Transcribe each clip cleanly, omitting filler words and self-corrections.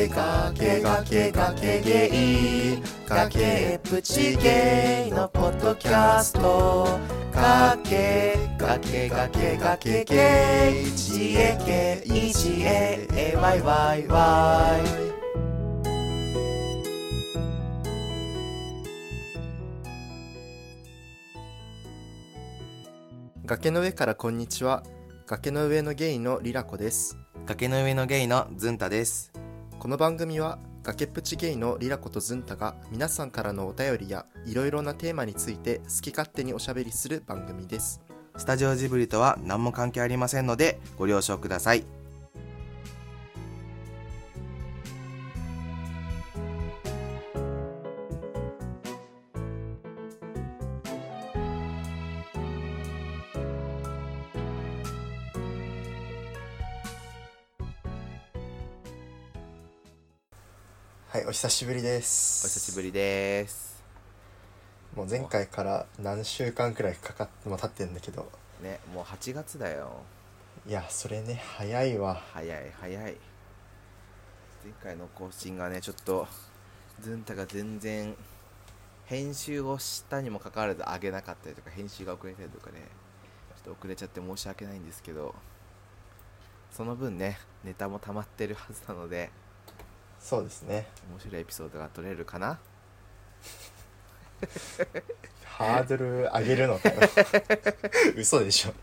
崖ゲイ崖っぷちゲイのポッドキャスト崖ゲイ GAKEGAYYY 崖の上からこんにちは。崖の上のゲイのリラコです。 崖の上のゲイのズンタです。 この番組は崖っぷちゲイのリラコとズンタが皆さんからのお便りやいろいろなテーマについて好き勝手におしゃべりする番組です。 スタジオジブリとは何も関係ありませんのでご了承ください。 はい、お久しぶりでおす。 久しぶりです。 もう前回から何週間くらい経ってんだけどね、もう8月だよ。 いやそれね早いわ。 早い。前回の更新がねちょっとズンタが全然編集をしたにもかかわらず上げなかったりとか編集が遅れたりとかねちょっと遅れちゃって申し訳ないんですけど、その分ねネタも溜まってるはずなのでそうですね、 面白いエピソードが撮れるかな。 ハードル上げるのかよ嘘でしょ。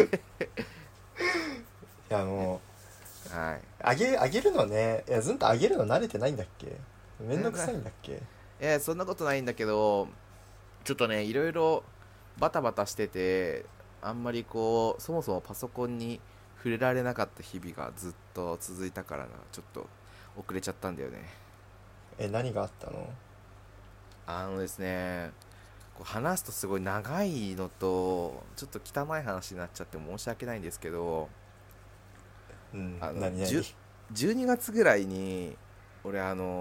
いやもう上げるのね。いやずんと上げるの慣れてないんだっけ。めんどくさいんだっけ。 そんなことないんだけど、ちょっとねいろいろバタバタしててあんまりこうそもそもパソコンに触れられなかった日々がずっと続いたからな、ちょっと遅れちゃったんだよね。 何があったの。 ですね、こう話すとすごい長いのとちょっと汚い話になっちゃって申し訳ないんですけど、 何 12月ぐらいに俺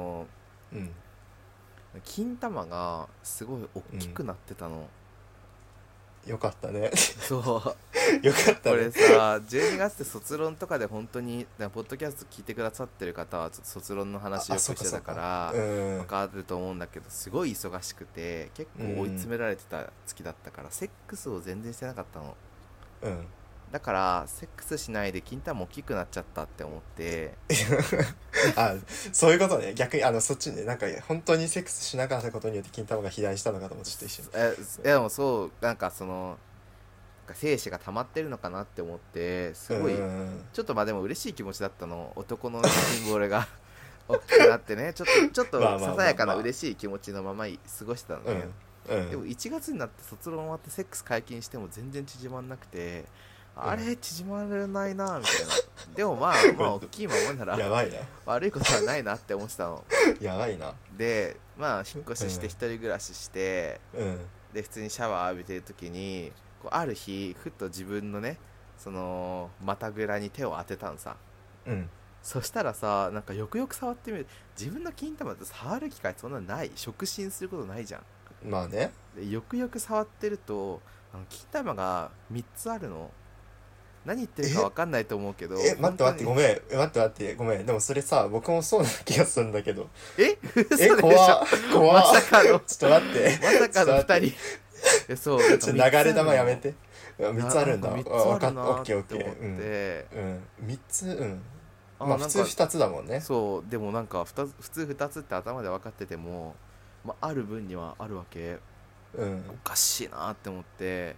金玉がすごい大きくなってたの、 よかったねそうよかったね。 これさ12月って卒論とかで本当にポッドキャスト聞いてくださってる方はちょっと卒論の話よくしてたから分かると思うんだけど、すごい忙しくて結構追い詰められてた月だったからセックスを全然してなかったの。だからセックスしないで金玉大きくなっちゃったって思ってそういうことね。逆にそっちね、なんか本当にセックスしなかったことによって金玉が肥大したのかと思ってちょっと一緒にでもそうなんか精子が溜まってるのかなって思ってすごいちょっとでも嬉しい気持ちだったの。男のシンボルが大きくなってねちょっとささやかな嬉しい気持ちのまま過ごしてたのね。でも1月になって卒論終わってセックス解禁しても全然縮まんなくて、あれ縮まらないなみたいな。でもまあ大きいままならやばいな、 悪いことはないなって思ってたの。 やばいな。 で引っ越しして一人暮らしして、で普通にシャワー浴びてる時にこうある日ふっと自分のねその股ぐらに手を当てたのさ。そしたらさ、なんかよくよく触ってみる、自分の金玉って触る機会そんなない、触診することないじゃん。 まあね。 でよくよく触ってると金玉が3つあるの。何言ってるか分かんないと思うけど。 待ってごめん。でもそれさ僕もそうな気がするんだけど。 嘘でしょ。 怖まさかのちょっと待ってまさかの2人そう流れ玉やめて。3つあるんだ。 3つあるなオッケーって思って 3つまあ普通2つだもんね。 そうでもなんか普通2つって頭で分かってても、ある分にはあるわけ。おかしいなって思って、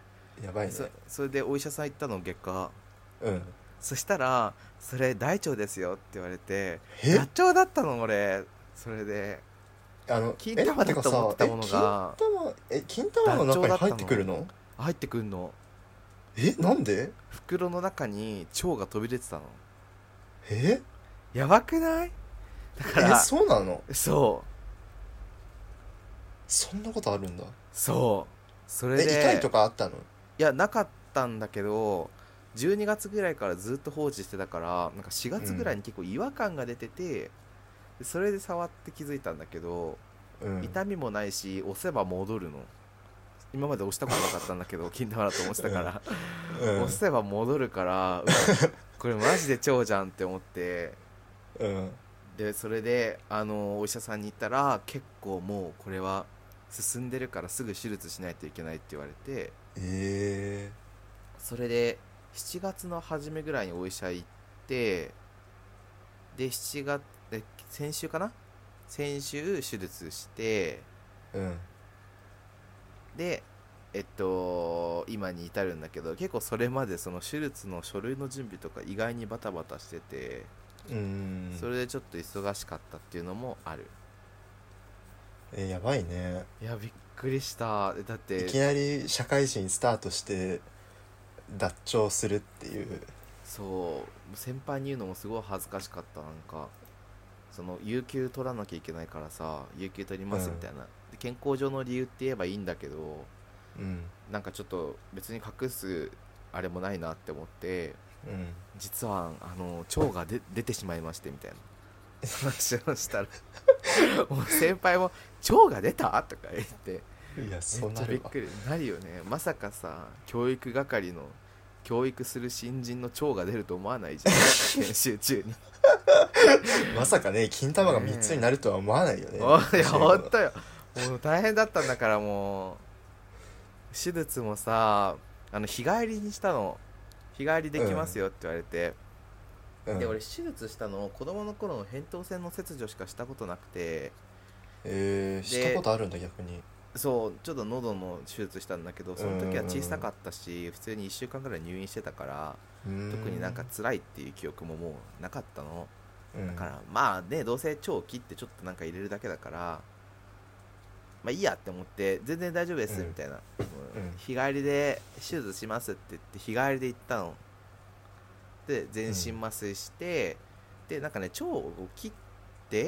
やばいね。 それでお医者さん行ったの外科。そしたらそれ大腸ですよって言われて、ダチョウだったの俺。それで金玉だと思ってたものが金玉の中に入ってくるの。 入ってくるの。 なんで。 袋の中に腸が飛び出てたの。 やばくない？だからそうなの。 そんなことあるんだ。 そうそれで痛いとかあったの？ いやなかったんだけど、12月ぐらいからずっと放置してたから、なんか4月ぐらいに結構違和感が出てて、それで触って気づいたんだけど、痛みもないし押せば戻るの。今まで押したことなかったんだけど金玉だと思ってたから、押せば戻るからこれマジで腸じゃんって思って、 でそれでお医者さんに行ったら結構もうこれは進んでるからすぐ手術しないといけないって言われて、それで7月の初めぐらいにお医者行って、で7月で先週かな、先週手術して、で今に至るんだけど、結構それまでその手術の書類の準備とか意外にバタバタしてて、それでちょっと忙しかったっていうのもある。 やばいね。 いやびっくりした。だっていきなり社会人スタートして脱腸するっていう。 そう先輩に言うのもすごい恥ずかしかった。なんかその有給取らなきゃいけないからさ、有給取りますみたいな、で健康上の理由って言えばいいんだけど、なんかちょっと別に隠すあれもないなって思って、実は腸が出てしまいましてみたいな話をしたらもう先輩も腸が出たとか言って、 いやそうめっちゃびっくりなるよね。まさかさ教育係の教育する新人の腸が出ると思わないじゃん研修中にまさかね金玉が3つになるとは思わないよね。 いやほんとよ、もう大変だったんだから。もう手術もさ日帰りにしたの。日帰りできますよって言われて、で俺手術したの子供の頃の扁桃腺の切除しかしたことなくて、 したことあるんだ逆に。 そうちょっと喉の手術したんだけど、その時は小さかったし普通に1週間ぐらい入院してたから、特になんか辛いっていう記憶ももうなかったの。だからまあねどうせ腸を切ってちょっとなんか入れるだけだからまあいいやって思って全然大丈夫ですみたいな、日帰りで手術しますって言って日帰りで行ったので、全身麻酔して、でなんかね腸を切って、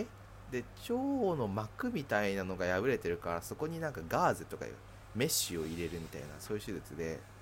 で腸の膜みたいなのが破れてるからそこになんかガーゼとかメッシュを入れるみたいなそういう手術で、で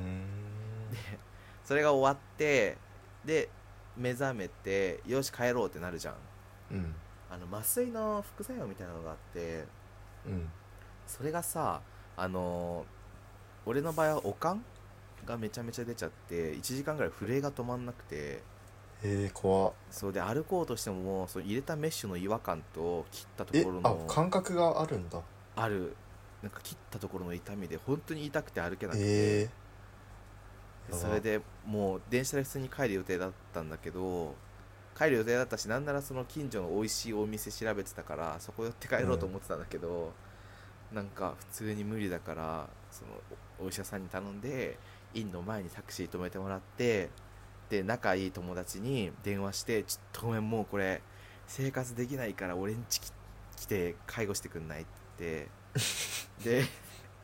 それが終わってで目覚めてよし帰ろうってなるじゃん、麻酔の副作用みたいなのがあって、それがさ俺の場合は悪寒がめちゃめちゃ出ちゃって1時間ぐらい震えが止まんなくて、 怖っ。 そうで歩こうとしてももうその入れたメッシュの違和感と切ったところの感覚があるんだ。 ある、なんか切ったところの痛みで本当に痛くて歩けなくて、それでもう電車で普通に帰る予定だったんだけど、帰る予定だったしなんならその近所の美味しいお店調べてたからそこ寄って帰ろうと思ってたんだけど、なんか普通に無理だからそのお医者さんに頼んで院の前にタクシー止めてもらって、で仲いい友達に電話してちょっとごめんもうこれ生活できないから俺ん家来て介護してくんないって言ってで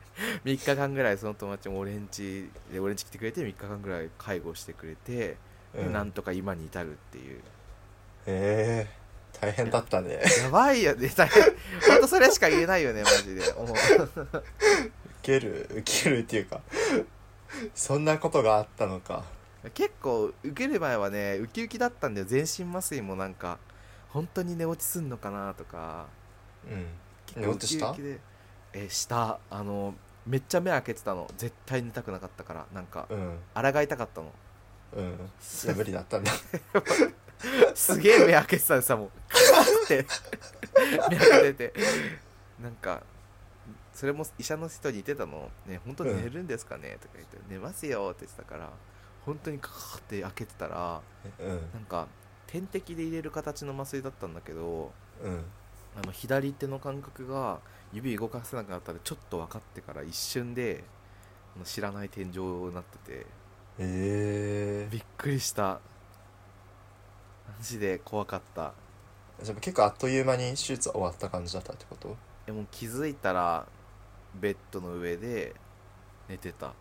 3日間ぐらいその友達も俺ん家来てくれて3日間ぐらい介護してくれて、なんとか今に至るっていう。 大変だったね。 やばいよね大変ほんとそれしか言えないよねマジでウケるっていうかそんなことがあったのか。 結構受ける前はねウキウキだったんだよ。全身麻酔もなんか本当に寝落ちすんのかなとか、 寝落ちした？ しためっちゃ目開けてたの。絶対寝たくなかったからなんか、抗いたかったの。 いや無理だったんだすげえ目開けてたんさもうって目開けててなんかそれも医者の人に言ってたのね、本当に寝るんですかねとか言って寝ますよって言ってたから本当にカーって開けてたら、なんか点滴で入れる形の麻酔だったんだけど、左手の感覚が指動かせなくなったらちょっと分かってから一瞬で知らない天井になってて、びっくりした。マジで怖かった。 じゃあ結構あっという間に手術終わった感じだったってこと？ もう気づいたらベッドの上で寝てた。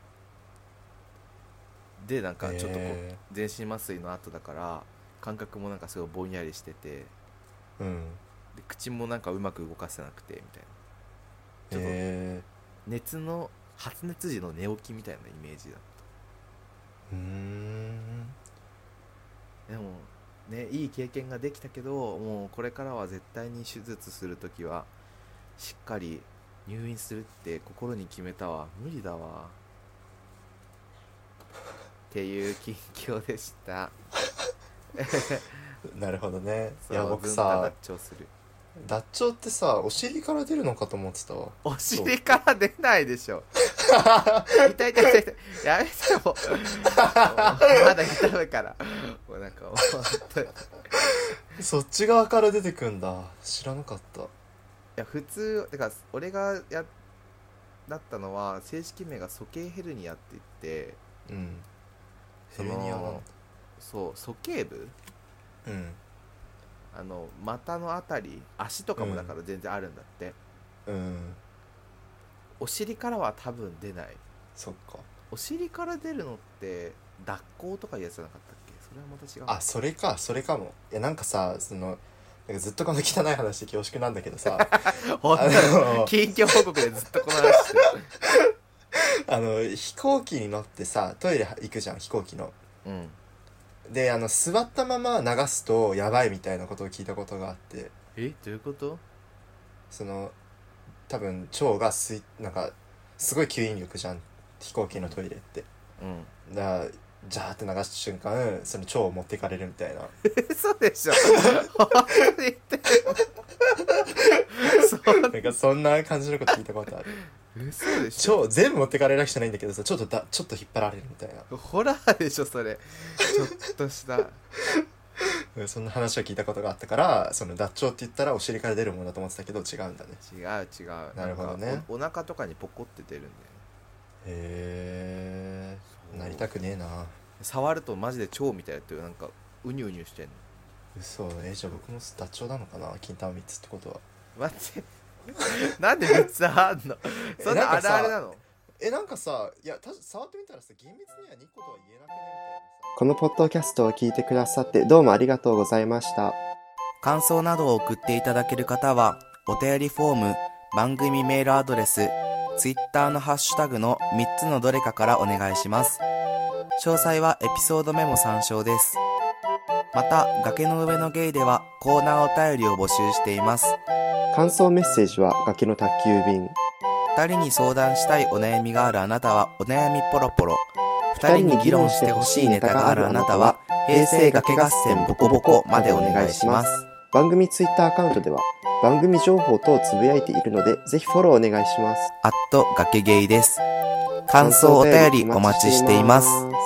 でなんかちょっとこう全身麻酔の後だから感覚もなんかすごいぼんやりしてて、で口もなんかうまく動かせなくてみたいな、ちょっと熱の発熱時の寝起きみたいなイメージだった。でもねいい経験ができたけどもうこれからは絶対に手術するときはしっかり入院するって心に決めたわ。無理だわっていう近況でしたなるほどね。 そういや僕ずんさた脱腸する。 脱腸ってさお尻から出るのかと思ってたわ。 お尻から出ないでしょ。痛い痛い痛い痛い、やめてもうまだ痛むから、もうなんかもう本当に、いそっち側から出てくんだ。知らなかった。 や普通てか俺がだったのは正式名が鼠径ヘルニアって言って、 うんそヘルニアなんだ。 のそう鼠径部、 うん股のあたり、足とかもだから全然あるんだって、 うんお尻からは多分出ない。 そっか。 お尻から出るのって脱肛とかいうやつじゃなかったっけ？それはまた違う。 あそれかそれかも。いやなんかさなんかずっとこの汚い話で恐縮なんだけどさ本当に近況報告でずっとこの話してる。 飛行機に乗ってさトイレ行くじゃん飛行機の。 うんで座ったまま流すとやばいみたいなことを聞いたことがあって、 どういうこと？ 多分腸がなんかすごい吸引力じゃん飛行機のトイレって。 うんだからジャーって流した瞬間その腸を持っていかれるみたいな。 嘘でしょ本当に言ってるなんかそんな感じのこと聞いたことある。 嘘でしょ。 腸全部持ってかれるわけじゃないんだけどさちょっと引っ張られるみたいホラーでしょそれ。ちょっとしたなそんな話を聞いたことがあったから脱腸って言ったらお尻から出るものだと思ってたけど違うんだね。 違うなるほどね。 なんかお腹とかにポコって出るんだよね。 へえなりたくねえな。 触るとマジで腸みたいやってなんかウニュウニュしてんの。 嘘。じゃあ僕も脱腸なのかな金玉3つってことは。 待ってなんで3つあんのそんなあるあるなの？ なんかさいや触ってみたらさ厳密には2個とは言えなくねみたいなさ。 このポッドキャストを聞いてくださってどうもありがとうございました。 感想などを送っていただける方は、お便りフォーム、番組メールアドレス、ツイッターのハッシュタグの3つのどれかからお願いします。詳細はエピソードメモ参照です。また、崖の上のゲイではコーナーお便りを募集しています。 感想メッセージは崖の宅急便。 二人に相談したいお悩みがあるあなたはお悩みポロポロ。二人に議論してほしいネタがあるあなたは平成崖合戦ボコボコまでお願いします。 番組ツイッターアカウントでは番組情報等をつぶやいているのでぜひフォローお願いします。 崖ゲイです。感想お便りお待ちしています。